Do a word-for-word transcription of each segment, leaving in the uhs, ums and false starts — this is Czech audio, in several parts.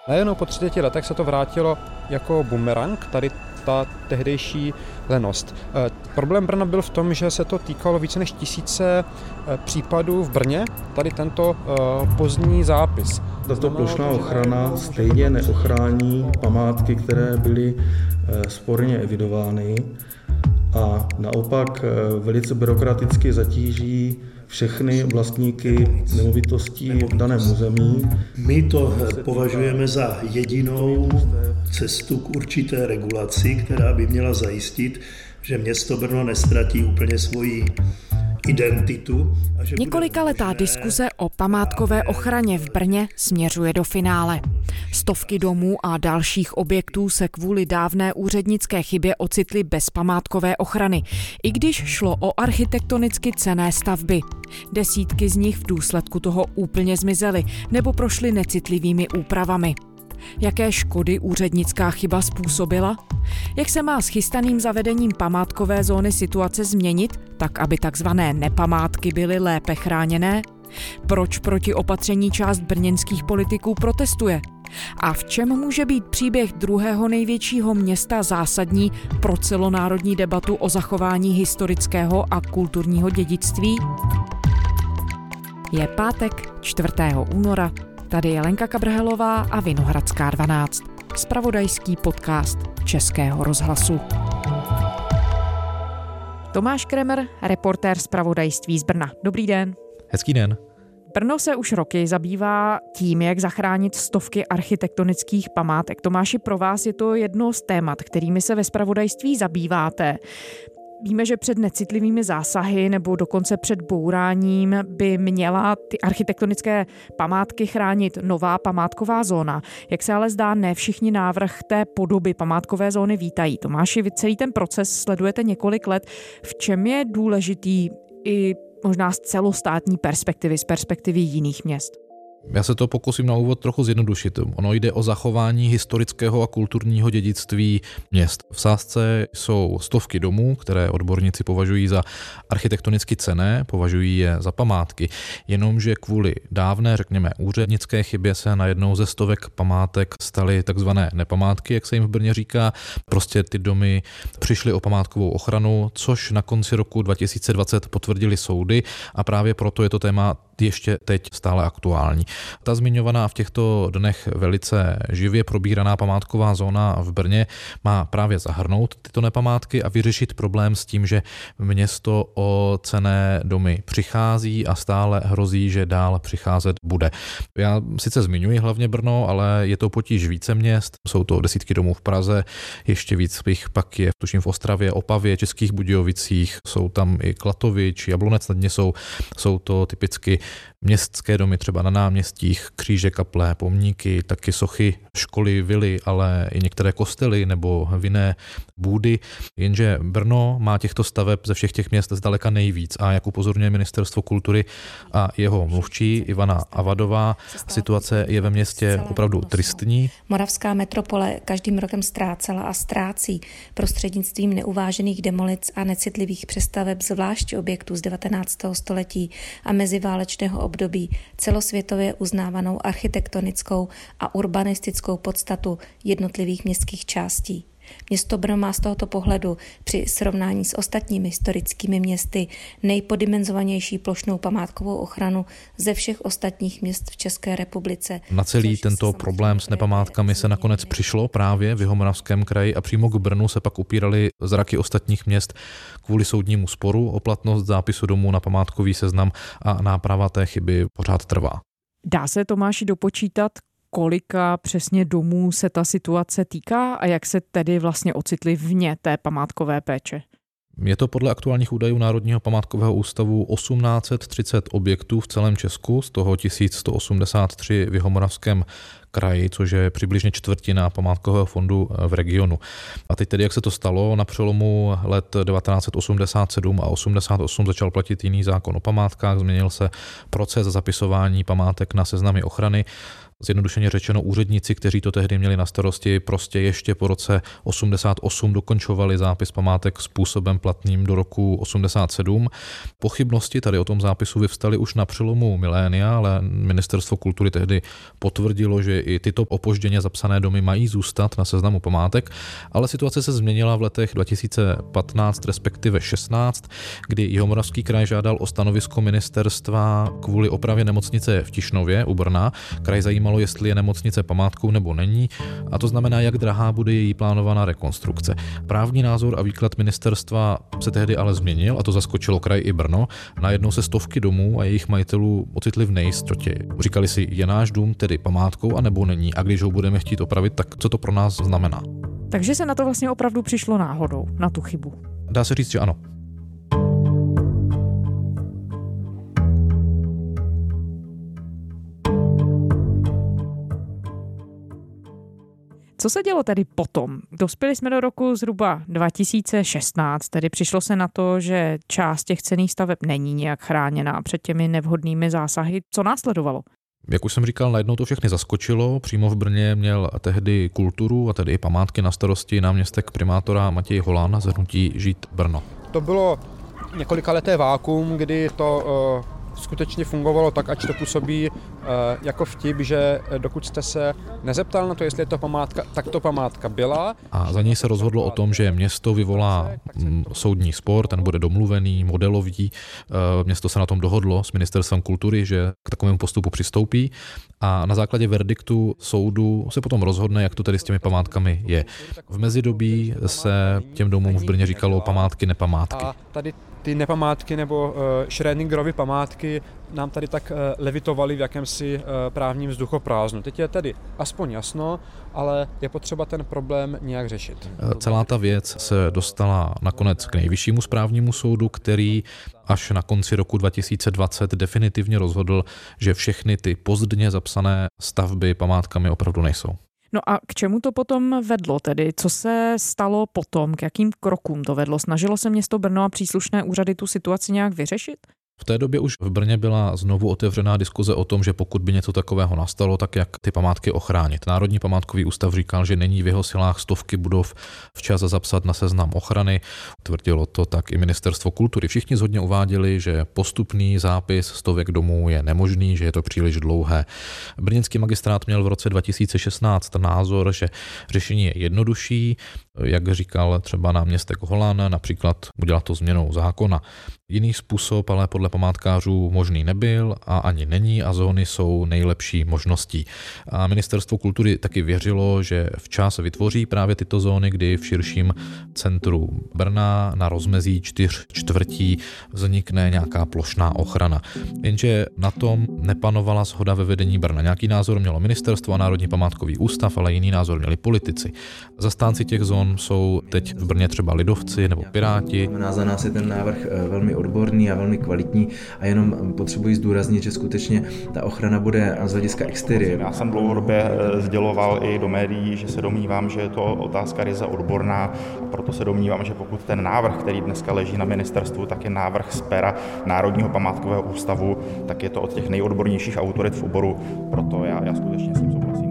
Najednou po třiceti letech se to vrátilo jako bumerang, tady ta tehdejší lenost. E, problém Brna byl v tom, že se to týkalo více než tisíce e, případů v Brně, tady tento e, pozdní zápis. Tato plošná ochrana stejně neochrání památky, které byly e, sporně evidovány a naopak e, velice byrokraticky zatíží všechny vlastníky nemovitostí v daném území. My to považujeme za jedinou cestu k určité regulaci, která by měla zajistit, že město Brno nestratí úplně svoji identitu. Několikaletá diskuse o památkové ochraně v Brně směřuje do finále. Stovky domů a dalších objektů se kvůli dávné úřednické chybě ocitly bez památkové ochrany, i když šlo o architektonicky cenné stavby. Desítky z nich v důsledku toho úplně zmizely nebo prošly necitlivými úpravami. Jaké škody úřednická chyba způsobila? Jak se má s chystaným zavedením památkové zóny situace změnit, tak aby takzvané nepamátky byly lépe chráněné? Proč proti opatření část brněnských politiků protestuje? A v čem může být příběh druhého největšího města zásadní pro celonárodní debatu o zachování historického a kulturního dědictví? Je pátek, čtvrtého února. Tady je Lenka Kabrhelová a Vinohradská dvanáct. Zpravodajský podcast Českého rozhlasu. Tomáš Kremer, reportér zpravodajství z Brna. Dobrý den. Hezký den. Brno se už roky zabývá tím, jak zachránit stovky architektonických památek. Tomáši, pro vás je to jedno z témat, kterými se ve zpravodajství zabýváte. Víme, že před necitlivými zásahy nebo dokonce před bouráním by měla ty architektonické památky chránit nová památková zóna. Jak se ale zdá, ne všichni návrh té podoby památkové zóny vítají. Tomáši, vy celý ten proces sledujete několik let. V čem je důležitý i možná z celostátní perspektivy, z perspektivy jiných měst? Já se to pokusím na úvod trochu zjednodušit. Ono jde o zachování historického a kulturního dědictví měst. V sázce jsou stovky domů, které odborníci považují za architektonicky cenné, považují je za památky. Jenomže kvůli dávné, řekněme, úřednické chybě se najednou ze stovek památek staly takzvané nepamátky, jak se jim v Brně říká. Prostě ty domy přišly o památkovou ochranu, což na konci roku dva tisíce dvacet potvrdili soudy a právě proto je to téma ještě teď stále aktuální. Ta zmiňovaná v těchto dnech velice živě probíraná památková zóna v Brně má právě zahrnout tyto nepamátky a vyřešit problém s tím, že město o cenné domy přichází a stále hrozí, že dál přicházet bude. Já sice zmiňuji hlavně Brno, ale je to potíž více měst, jsou to desítky domů v Praze, ještě víc bych pak je tuším v Ostravě, Opavě, Českých Budějovicích, jsou tam i Klatovič, Jablonec nad Nisou, jsou to typicky městské domy třeba na náměstích, kříže, kaple, pomníky, taky sochy, školy, vily, ale i některé kostely nebo vinné bůdy. Jenže Brno má těchto staveb ze všech těch měst zdaleka nejvíc a jak upozorňuje Ministerstvo kultury a jeho mluvčí Ivana Avadová, situace je ve městě opravdu tristní. Moravská metropole každým rokem ztrácela a ztrácí prostřednictvím neuvážených demolic a necitlivých přestaveb zvláště objektů z devatenáctého století a meziválečného období celosvětově uznávanou architektonickou a urbanistickou podstatu jednotlivých městských částí. Město Brno má z tohoto pohledu při srovnání s ostatními historickými městy nejpodimenzovanější plošnou památkovou ochranu ze všech ostatních měst v České republice. Na celý tento problém s nepamátkami se nakonec přišlo právě v Jihomoravském kraji a přímo k Brnu se pak upíraly zraky ostatních měst kvůli soudnímu sporu o platnost zápisu domů na památkový seznam a náprava té chyby pořád trvá. Dá se, Tomáši, dopočítat, kolika přesně domů se ta situace týká a jak se tedy vlastně ocitli vně té památkové péče? Je to podle aktuálních údajů Národního památkového ústavu osmnáct set třicet objektů v celém Česku, z toho tisíc sto osmdesát tři v Jihomoravském kraji, což je přibližně čtvrtina památkového fondu v regionu. A teď tedy, jak se to stalo, na přelomu let devatenáct set osmdesát sedm a osmdesát osm začal platit jiný zákon o památkách, změnil se proces zapisování památek na seznamy ochrany. Zjednodušeně řečeno, úředníci, kteří to tehdy měli na starosti, prostě ještě po roce osmdesát osm dokončovali zápis památek způsobem platným do roku osmdesát sedm. Pochybnosti tady o tom zápisu vyvstaly už na přelomu milénia, ale Ministerstvo kultury tehdy potvrdilo, že i tyto opožděně zapsané domy mají zůstat na seznamu památek, ale situace se změnila v letech dva tisíce patnáct respektive šestnáct, kdy Jihomoravský kraj žádal o stanovisko ministerstva kvůli opravě nemocnice v Tišnově u Brna. Kraj zajímalo, jestli je nemocnice památkou nebo není, a to znamená, jak drahá bude její plánovaná rekonstrukce. Právní názor a výklad ministerstva se tehdy ale změnil a to zaskočilo kraj i Brno. Najednou se stovky domů a jejich majitelů ocitli v nejistotě. Říkali si, je náš dům tedy památkou a nebo není, a když ho budeme chtít opravit, tak co to pro nás znamená? Takže se na to vlastně opravdu přišlo náhodou, na tu chybu. Dá se říct, že ano. Co se dělo tedy potom? Dospěli jsme do roku zhruba dva tisíce šestnáct, tedy přišlo se na to, že část těch cenných staveb není nějak chráněná před těmi nevhodnými zásahy. Co následovalo? Jak už jsem říkal, najednou to všechny zaskočilo. Přímo v Brně měl tehdy kulturu a tedy i památky na starosti náměstek primátora Matěj Holan z hnutí Žít Brno. To bylo několikaleté vákuum, kdy to uh... skutečně fungovalo tak, ať to působí e, jako vtip, že dokud jste se nezeptal na to, jestli je to památka, tak to památka byla. A za něj se rozhodlo o tom, že město vyvolá m, soudní spor, ten bude domluvený, modelový. E, město se na tom dohodlo s Ministerstvem kultury, že k takovému postupu přistoupí a na základě verdiktu soudu se potom rozhodne, jak to tedy s těmi památkami je. V mezidobí se těm domům v Brně říkalo památky, nepamátky. A tady ty nepamátky nebo uh, Schrödingerovy památky nám tady tak uh, levitovaly v jakémsi uh, právním vzduchoprázdnu. Teď je tedy aspoň jasno, ale je potřeba ten problém nějak řešit. Celá ta věc se dostala nakonec k nejvyššímu správnímu soudu, který až na konci roku dva tisíce dvacet definitivně rozhodl, že všechny ty pozdně zapsané stavby památkami opravdu nejsou. No a k čemu to potom vedlo tedy? Co se stalo potom? K jakým krokům to vedlo? Snažilo se město Brno a příslušné úřady tu situaci nějak vyřešit? V té době už v Brně byla znovu otevřená diskuze o tom, že pokud by něco takového nastalo, tak jak ty památky ochránit. Národní památkový ústav říkal, že není v jeho silách stovky budov včas zapsat na seznam ochrany. Tvrdilo to tak i Ministerstvo kultury. Všichni zhodně uváděli, že postupný zápis stovek domů je nemožný, že je to příliš dlouhé. Brněnský magistrát měl v roce dva tisíce šestnáct názor, že řešení je jednodušší, jak říkal třeba náměstek Holan, například udělat to změnou zákona. Jiný způsob ale podle památkářů možný nebyl a ani není a zóny jsou nejlepší možností. A Ministerstvo kultury taky věřilo, že včas vytvoří právě tyto zóny, kdy v širším centru Brna na rozmezí čtyř čtvrtí vznikne nějaká plošná ochrana. Jenže na tom nepanovala shoda ve vedení Brna. Nějaký názor mělo ministerstvo a Národní památkový ústav, ale jiný názor měli politici. Zastánci těch zón jsou teď v Brně třeba lidovci nebo piráti. Za nás je ten návrh velmi odborný a velmi kvalitní a jenom potřebuji zdůraznit, že skutečně ta ochrana bude z hlediska exteriéru. Já jsem dlouhodobě sděloval i do médií, že se domnívám, že je to otázka ryze odborná a proto se domnívám, že pokud ten návrh, který dneska leží na ministerstvu, tak je návrh z pera Národního památkového ústavu, tak je to od těch nejodbornějších autorit v oboru, proto já, já skutečně s tím souhlasím.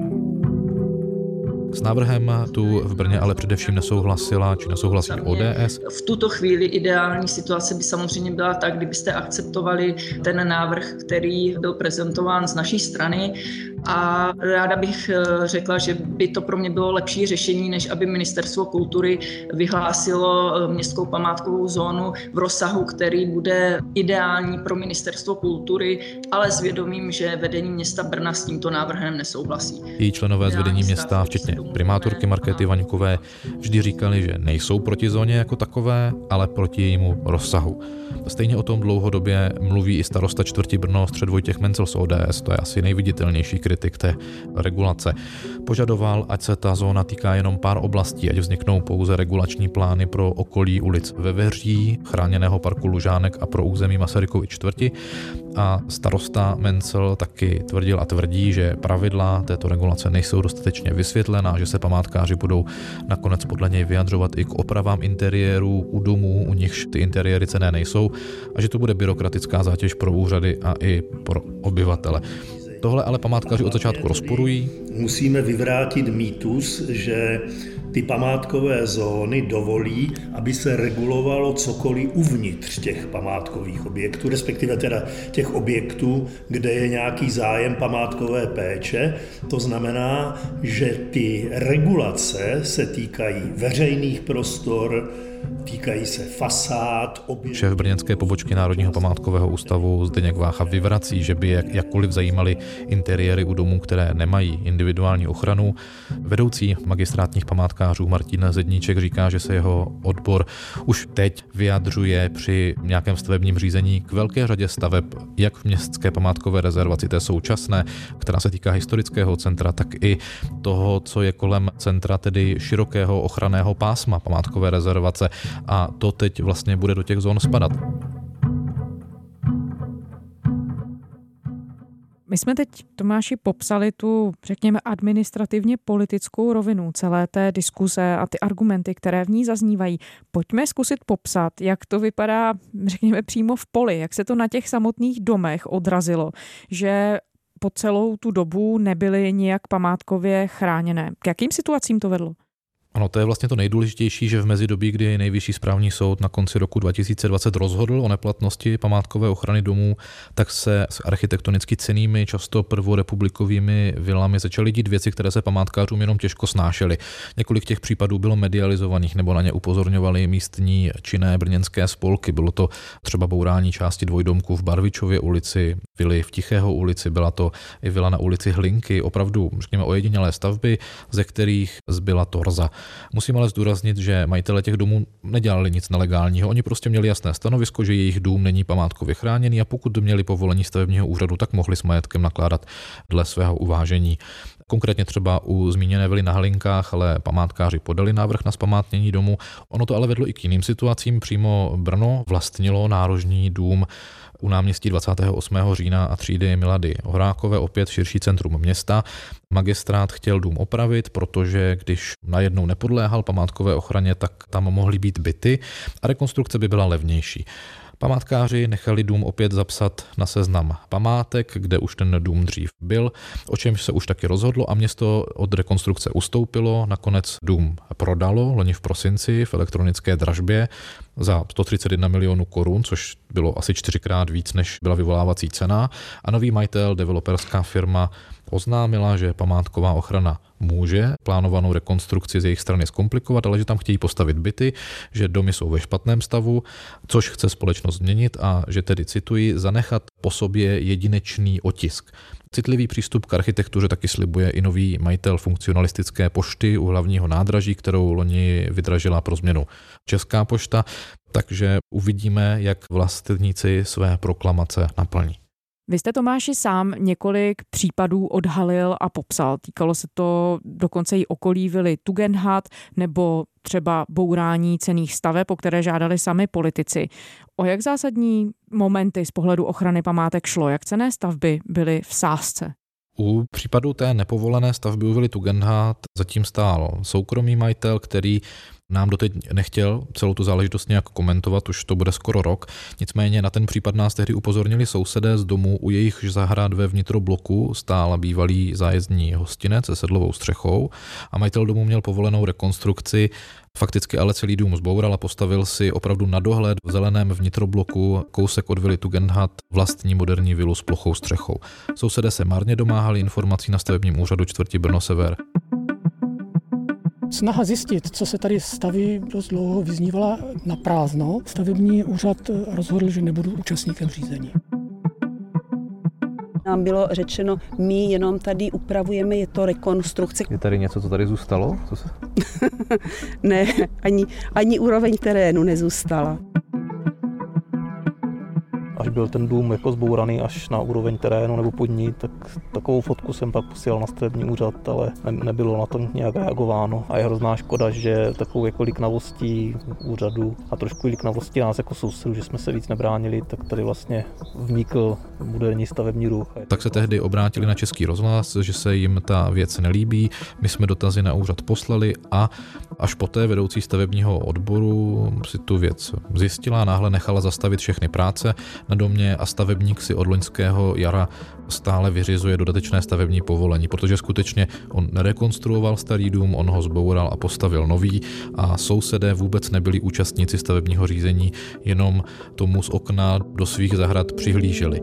S návrhem tu v Brně ale především nesouhlasila, či nesouhlasí O D S. V tuto chvíli ideální situace by samozřejmě byla tak, kdybyste akceptovali ten návrh, který byl prezentován z naší strany. A ráda bych řekla, že by to pro mě bylo lepší řešení, než aby Ministerstvo kultury vyhlásilo městskou památkovou zónu v rozsahu, který bude ideální pro Ministerstvo kultury, ale s vědomím, že vedení města Brna s tímto návrhem nesouhlasí. Její členové z vedení města, včetně primátorky Markéty Vaňkové, vždy říkali, že nejsou proti zóně jako takové, ale proti jejímu rozsahu. Stejně o tom dlouhodobě mluví i starosta čtvrti Brno Střed Vojtěch Mencel z O D S, to je asi nejviditelnější kritik té regulace. Požadoval, ať se ta zóna týká jenom pár oblastí, ať vzniknou pouze regulační plány pro okolí ulic Veveří, chráněného parku Lužánek a pro území Masarykovy čtvrti. A starosta Mencel taky tvrdil a tvrdí, že pravidla této regulace nejsou dostatečně vysvětlená, že se památkáři budou nakonec podle něj vyjadřovat i k opravám interiérů u domů, u nichž ty interiéry cenné nejsou, a že to bude byrokratická zátěž pro úřady a i pro obyvatele. Tohle ale památkáři od začátku rozporují. Musíme vyvrátit mýtus, že ty památkové zóny dovolí, aby se regulovalo cokoliv uvnitř těch památkových objektů, respektive teda těch objektů, kde je nějaký zájem památkové péče. To znamená, že ty regulace se týkají veřejných prostor, týkají se fasád, objektů. Šéf brněnské pobočky Národního památkového ústavu Zdeněk Vácha vyvrací, že by jak, jakkoliv zajímaly interiéry u domů, které nemají individuální ochranu. Vedoucí magistrátních památkářů Martin Zedníček říká, že se jeho odbor už teď vyjadřuje při nějakém stavebním řízení k velké řadě staveb, jak v městské památkové rezervaci té současné, která se týká historického centra, tak i toho, co je kolem centra, tedy širokého ochranného pásma památkové rezervace. A to teď vlastně bude do těch zón spadat. My jsme teď, Tomáši, popsali tu, řekněme, administrativně politickou rovinu celé té diskuze a ty argumenty, které v ní zaznívají. Pojďme zkusit popsat, jak to vypadá, řekněme, přímo v poli, jak se to na těch samotných domech odrazilo, že po celou tu dobu nebyly nijak památkově chráněné. K jakým situacím to vedlo? Ano, to je vlastně to nejdůležitější, že v mezidobí, kdy Nejvyšší správní soud na konci roku dva tisíce dvacet rozhodl o neplatnosti památkové ochrany domů, tak se s architektonicky cennými, často prvorepublikovými vilami začaly dít věci, které se památkářům jenom těžko snášely. Několik těch případů bylo medializovaných nebo na ně upozorňovaly místní činné brněnské spolky. Bylo to třeba bourání části dvojdomku v Barvičově ulici, vily v Tichého ulici, byla to i vila na ulici Hlinky, opravdu, řekněme, ojedinělé stavby, ze kterých zbyla torza. Musím ale zdůraznit, že majitelé těch domů nedělali nic nelegálního. Oni prostě měli jasné stanovisko, že jejich dům není památkově chráněný a pokud měli povolení stavebního úřadu, tak mohli s majetkem nakládat dle svého uvážení. Konkrétně třeba u zmíněné vily na Hlinkách, ale památkáři podali návrh na zpamátnění domu. Ono to ale vedlo i k jiným situacím. Přímo Brno vlastnilo nárožní dům u náměstí dvacátého osmého října a třídy Milady Horákové, opět širší centrum města. Magistrát chtěl dům opravit, protože když najednou nepodléhal památkové ochraně, tak tam mohly být byty a rekonstrukce by byla levnější. Památkáři nechali dům opět zapsat na seznam památek, kde už ten dům dřív byl, o čemž se už taky rozhodlo a město od rekonstrukce ustoupilo. Nakonec dům prodalo loni v prosinci v elektronické dražbě za sto třicet jedna milionů korun, což bylo asi čtyřikrát víc, než byla vyvolávací cena. A nový majitel, developerská firma, oznámila, že památková ochrana může plánovanou rekonstrukci z jejich strany zkomplikovat, ale že tam chtějí postavit byty, že domy jsou ve špatném stavu, což chce společnost změnit a že tedy, cituji, zanechat po sobě jedinečný otisk. Citlivý přístup k architektuře taky slibuje i nový majitel funkcionalistické pošty u hlavního nádraží, kterou loni vydražila pro změnu Česká pošta, takže uvidíme, jak vlastníci své proklamace naplní. Vy jste, Tomáši, sám několik případů odhalil a popsal. Týkalo se to dokonce i okolí vily Tugendhat nebo třeba bourání cenných staveb, o které žádali sami politici. O jak zásadní momenty z pohledu ochrany památek šlo? Jak cenné stavby byly v sázce? U případu té nepovolené stavby u vily Tugendhat zatím stál soukromý majitel, který nám doteď nechtěl celou tu záležitost nějak komentovat, už to bude skoro rok. Nicméně na ten případ nás tehdy upozornili sousedé z domu, u jejichž zahrad ve vnitrobloku stál bývalý zájezdní hostinec se sedlovou střechou a majitel domu měl povolenou rekonstrukci. Fakticky ale celý dům zboural a postavil si opravdu na dohled v zeleném vnitrobloku kousek od vily Tugendhat vlastní moderní vilu s plochou střechou. Sousedé se marně domáhali informací na stavebním úřadu čtvrti Brno Sever. Snaha zjistit, co se tady staví, dost dlouho vyznívala na prázdno. Stavební úřad rozhodl, že nebudu účastníkem řízení. Nám bylo řečeno, my jenom tady upravujeme, je to rekonstrukce. Je tady něco, co tady zůstalo? Co se... Ne, ani, ani úroveň terénu nezůstala. Až byl ten dům jako zbouraný až na úroveň terénu nebo pod ní, tak takovou fotku jsem pak posílal na stavební úřad, ale ne, nebylo na to nějak reagováno. A je hrozná škoda, že takovou jako liknavostí úřadu a trošku liknavostí nás jako sousedů, že jsme se víc nebránili, tak tady vlastně vnikl moderní stavební ruch. Tak se tehdy obrátili na Český rozhlas, že se jim ta věc nelíbí. My jsme dotazy na úřad poslali a až poté vedoucí stavebního odboru si tu věc zjistila a náhle nechala zastavit všechny práce. Na domě a stavebník si od loňského jara stále vyřizuje dodatečné stavební povolení, protože skutečně on nerekonstruoval starý dům, on ho zboural a postavil nový a sousedé vůbec nebyli účastníci stavebního řízení, jenom tomu z okna do svých zahrad přihlíželi.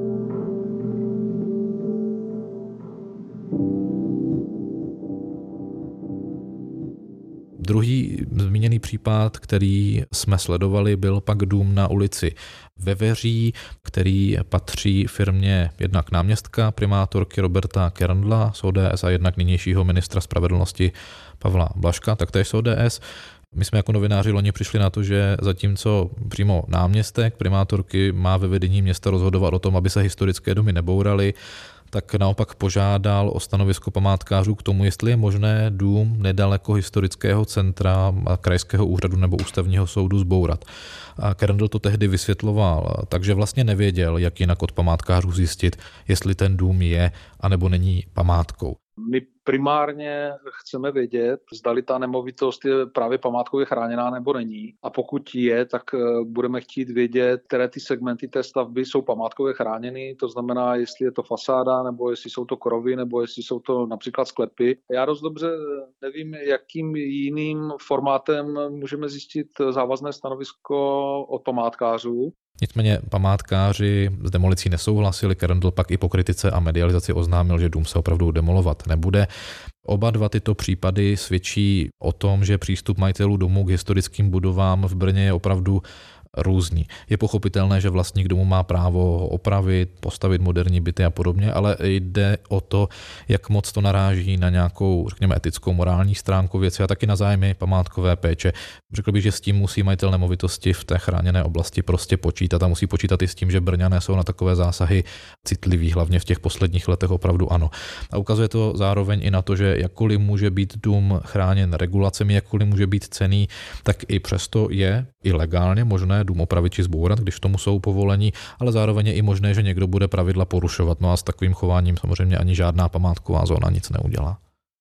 Druhý zmíněný případ, který jsme sledovali, byl pak dům na ulici Veveří, který patří firmě jednak náměstka primátorky Roberta Kerndla z O D S a jednak nynějšího ministra spravedlnosti Pavla Blažka, taktéž z O D S. My jsme jako novináři loni přišli na to, že zatímco přímo náměstek primátorky má ve vedení města rozhodovat o tom, aby se historické domy nebouraly, tak naopak požádal o stanovisko památkářů k tomu, jestli je možné dům nedaleko historického centra a krajského úřadu nebo ústavního soudu zbourat. A Kerndl to tehdy vysvětloval, takže vlastně nevěděl, jak jinak od památkářů zjistit, jestli ten dům je anebo není památkou. My primárně chceme vědět, zdali ta nemovitost je právě památkově chráněná nebo není. A pokud je, tak budeme chtít vědět, které ty segmenty té stavby jsou památkově chráněny. To znamená, jestli je to fasáda, nebo jestli jsou to krovy, nebo jestli jsou to například sklepy. Já dost dobře nevím, jakým jiným formátem můžeme zjistit závazné stanovisko od památkářů. Nicméně památkáři s demolicí nesouhlasili, Kerndl pak i po kritice a medializaci oznámil, že dům se opravdu demolovat nebude. Oba dva tyto případy svědčí o tom, že přístup majitelů domů k historickým budovám v Brně je opravdu různý. Je pochopitelné, že vlastník domu má právo ho opravit, postavit moderní byty a podobně, ale jde o to, jak moc to naráží na nějakou, řekněme, etickou, morální stránku věci a taky na zájmy památkové péče. Řekl bych, že s tím musí majitel nemovitosti v té chráněné oblasti prostě počítat a musí počítat i s tím, že Brňané jsou na takové zásahy citliví, hlavně v těch posledních letech opravdu ano. A ukazuje to zároveň i na to, že jakkoliv může být dům chráněn regulacemi, jakkoliv může být cenný, tak i přesto je i legálně možné dům opravit či zbourat, když tomu jsou povolení, ale zároveň je i možné, že někdo bude pravidla porušovat. No a s takovým chováním samozřejmě ani žádná památková zóna nic neudělá.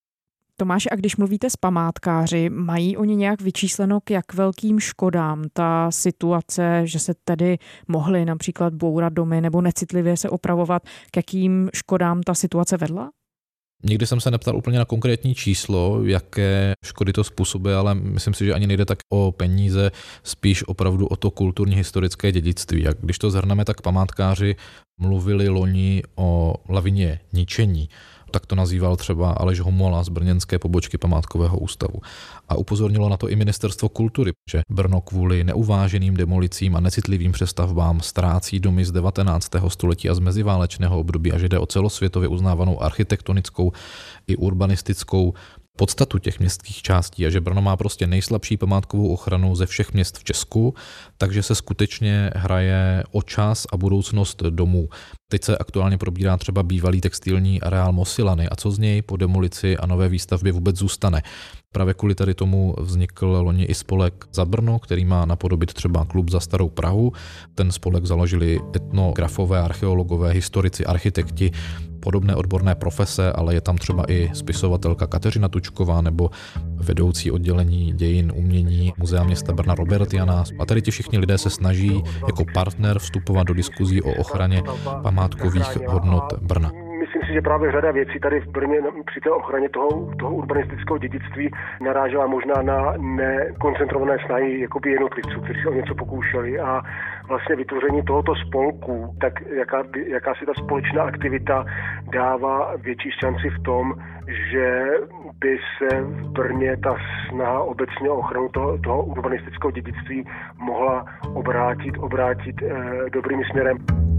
Tomáš, a když mluvíte s památkáři, mají oni nějak vyčísleno, k jak velkým škodám ta situace, že se tedy mohly například bourat domy nebo necitlivě se opravovat, k jakým škodám ta situace vedla? Nikdy jsem se neptal úplně na konkrétní číslo, jaké škody to způsobuje, ale myslím si, že ani nejde tak o peníze, spíš opravdu o to kulturně historické dědictví. A když to shrneme, tak památkáři mluvili loni o lavině ničení. Tak to nazýval třeba Aleš Homola z brněnské pobočky Památkového ústavu. A upozornilo na to i Ministerstvo kultury, že Brno kvůli neuváženým demolicím a necitlivým přestavbám ztrácí domy z devatenáctého století a z meziválečného období a že jde o celosvětově uznávanou architektonickou i urbanistickou podstatu těch městských částí a že Brno má prostě nejslabší památkovou ochranu ze všech měst v Česku, takže se skutečně hraje o čas a budoucnost domů. Teď se aktuálně probírá třeba bývalý textilní areál Mosilany a co z něj po demolici a nové výstavbě vůbec zůstane. Právě kvůli tady tomu vznikl loni i spolek Za Brno, který má napodobit třeba klub Za starou Prahu. Ten spolek založili etnografové, archeologové, historici, architekti, podobné odborné profese, ale je tam třeba i spisovatelka Kateřina Tučková nebo vedoucí oddělení dějin umění Muzea města Brna Robert Janás. A tady ti všichni lidé se snaží jako partner vstupovat do diskuzí o ochraně památkových hodnot Brna. Myslím si, že právě řada věcí tady v Brně při té ochraně toho, toho urbanistického dědictví narážela možná na nekoncentrované snahy jakoby jednotlivců, kteří se o něco pokoušeli a vlastně vytvoření tohoto spolku, tak jaká, jakási ta společná aktivita dává větší šanci v tom, že by se v Brně ta snaha obecně o ochranu toho, toho urbanistického dědictví mohla obrátit, obrátit eh, dobrým směrem.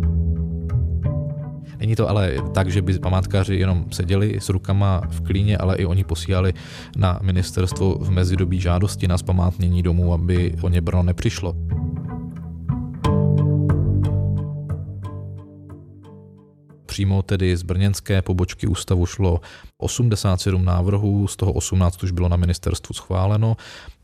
Není to ale tak, že by památkáři jenom seděli s rukama v klíně, ale i oni posílali na ministerstvo v mezidobí žádosti na zpamátnění domů, aby o ně Brno nepřišlo. Přímo tedy z brněnské pobočky ústavu šlo osmdesát sedm návrhů, z toho osmnáct už bylo na ministerstvu schváleno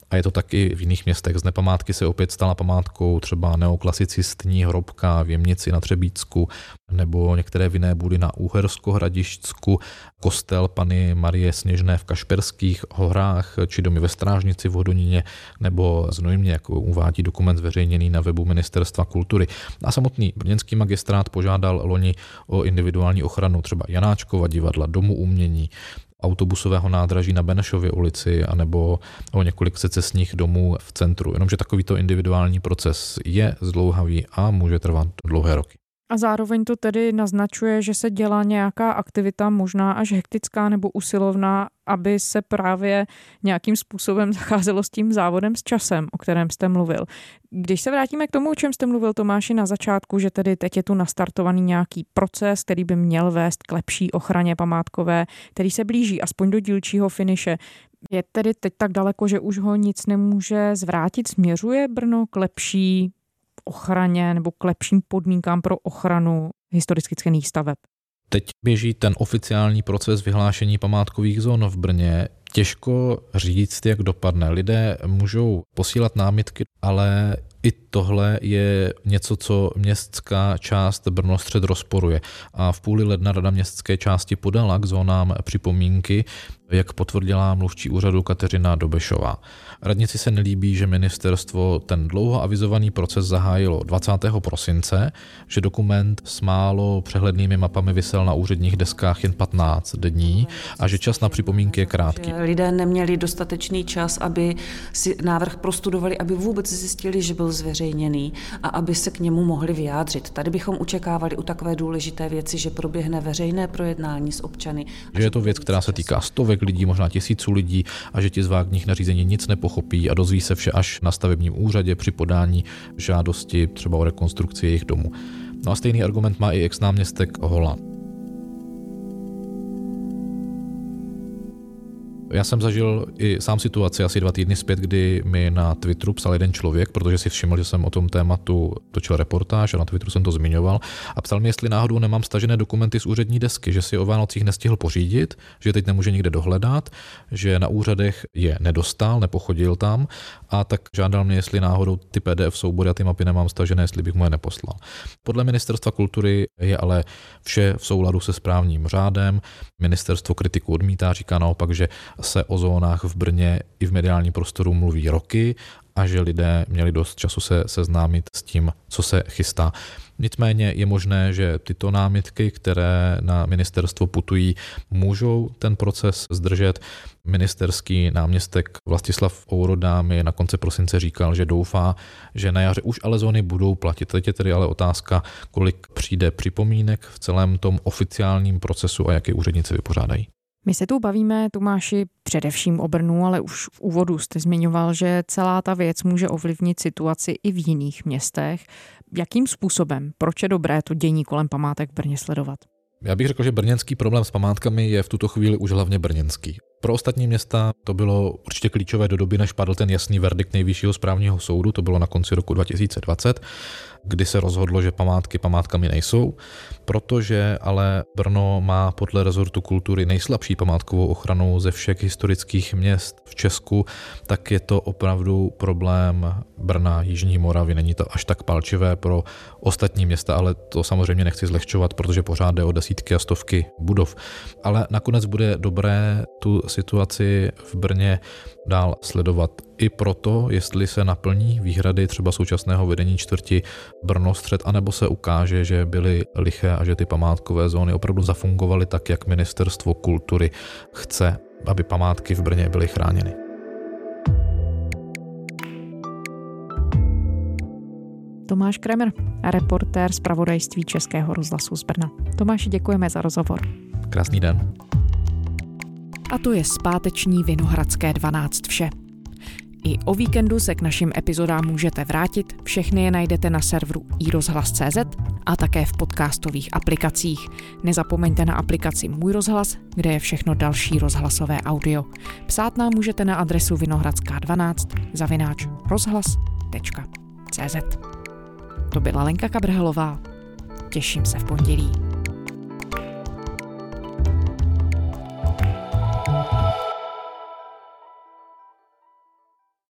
A je to taky v jiných městech. Z nepamátky se opět stala památkou třeba neoklasicistní hrobka v Jemnici na Třebíčsku nebo některé vinné budy na Uhersko-Hradišťsku, kostel Panny Marie Sněžné v Kašperských horách či domy ve Strážnici v Hodoníně nebo Znojmě, jako uvádí dokument zveřejněný na webu Ministerstva kultury. A samotný brněnský magistrát požádal loni o individuální ochranu třeba Janáčkova divadla, Domu umění, autobusového nádraží na Benešově ulici anebo o několik secesních domů v centru. Jenomže takovýto individuální proces je zdlouhavý a může trvat dlouhé roky. A zároveň to tedy naznačuje, že se dělá nějaká aktivita, možná až hektická nebo usilovná, aby se právě nějakým způsobem zacházelo s tím závodem s časem, o kterém jste mluvil. Když se vrátíme k tomu, o čem jste mluvil, Tomáši, na začátku, že tedy teď je tu nastartovaný nějaký proces, který by měl vést k lepší ochraně památkové, který se blíží aspoň do dílčího finiše. Je tedy teď tak daleko, že už ho nic nemůže zvrátit? Směřuje Brno k lepší ochraně nebo k lepším podmínkám pro ochranu historicky cenných staveb? Teď běží ten oficiální proces vyhlášení památkových zón v Brně. Těžko říct, jak dopadne. Lidé můžou posílat námitky, ale i tohle je něco, co městská část Brnostřed rozporuje. A v půli ledna Rada městské části podala k zónám připomínky, jak potvrdila mluvčí úřadu Kateřina Dobešová. Radnici se nelíbí, že ministerstvo ten dlouho avizovaný proces zahájilo dvacátého prosince, že dokument s málo přehlednými mapami visel na úředních deskách jen patnáct dní a že čas na připomínky je krátký. Lidé neměli dostatečný čas, aby si návrh prostudovali, aby vůbec zjistili, že byl zveřejněný a aby se k němu mohli vyjádřit. Tady bychom očekávali u takové důležité věci, že proběhne veřejné projednání s občany. Že je to věc, která se týká stovek lidí, možná tisíců lidí a že ti z vágních nařízení nic nepochopí a dozví se vše až na stavebním úřadě při podání žádosti třeba o rekonstrukci jejich domu. No a stejný argument má i ex-náměstek Hola. Já jsem zažil i sám situaci asi dva týdny zpět, kdy mi na Twitteru psal jeden člověk, protože si všiml, že jsem o tom tématu točil reportáž a na Twitteru jsem to zmiňoval a psal mi, jestli náhodou nemám stažené dokumenty z úřední desky, že si o Vánocích nestihl pořídit, že teď nemůže nikde dohledat, že na úřadech je nedostal, nepochodil tam a tak žádal mě, jestli náhodou ty P D F soubory a ty mapy nemám stažené, jestli bych mu je neposlal. Podle Ministerstva kultury je ale vše v souladu se správním řádem. Ministerstvo kritiku odmítá, říká naopak, že se o zónách v Brně i v mediálním prostoru mluví roky a že lidé měli dost času se seznámit s tím, co se chystá. Nicméně je možné, že tyto námitky, které na ministerstvo putují, můžou ten proces zdržet. Ministerský náměstek Vlastislav Ouroda mi na konci prosince říkal, že doufá, že na jaře už ale zóny budou platit. Teď je tedy ale otázka, kolik přijde připomínek v celém tom oficiálním procesu a jak je úředníci vypořádají. My se tu bavíme, Tomáši, především o Brnu, ale už v úvodu jste zmiňoval, že celá ta věc může ovlivnit situaci i v jiných městech. Jakým způsobem? Proč je dobré to dění kolem památek v Brně sledovat? Já bych řekl, že brněnský problém s památkami je v tuto chvíli už hlavně brněnský. Pro ostatní města to bylo určitě klíčové do doby, než padl ten jasný verdikt Nejvyššího správního soudu, to bylo na konci roku dva tisíce dvacet, kdy se rozhodlo, že památky památkami nejsou, protože ale Brno má podle rezortu kultury nejslabší památkovou ochranu ze všech historických měst v Česku, tak je to opravdu problém Brna, Jižní Moravy. Není to až tak palčivé pro ostatní města, ale to samozřejmě nechci zlehčovat, protože pořád jde o desítky a stovky budov. Ale nakonec bude dobré tu situaci v Brně dál sledovat. I proto, jestli se naplní výhrady třeba současného vedení čtvrti Brnostřed, anebo se ukáže, že byly liché a že ty památkové zóny opravdu zafungovaly tak, jak Ministerstvo kultury chce, aby památky v Brně byly chráněny. Tomáš Kremer, reportér zpravodajství Českého rozhlasu z Brna. Tomáši, děkujeme za rozhovor. Krásný den. A to je zpáteční Vinohradské dvanáct vše. I o víkendu se k našim epizodám můžete vrátit, všechny je najdete na serveru i rozhlas tečka cé zet a také v podcastových aplikacích. Nezapomeňte na aplikaci Můj rozhlas, kde je všechno další rozhlasové audio. Psát nám můžete na adresu vinohradská dvanáct zavináč rozhlas tečka cé zet. To byla Lenka Kabrhelová. Těším se v pondělí.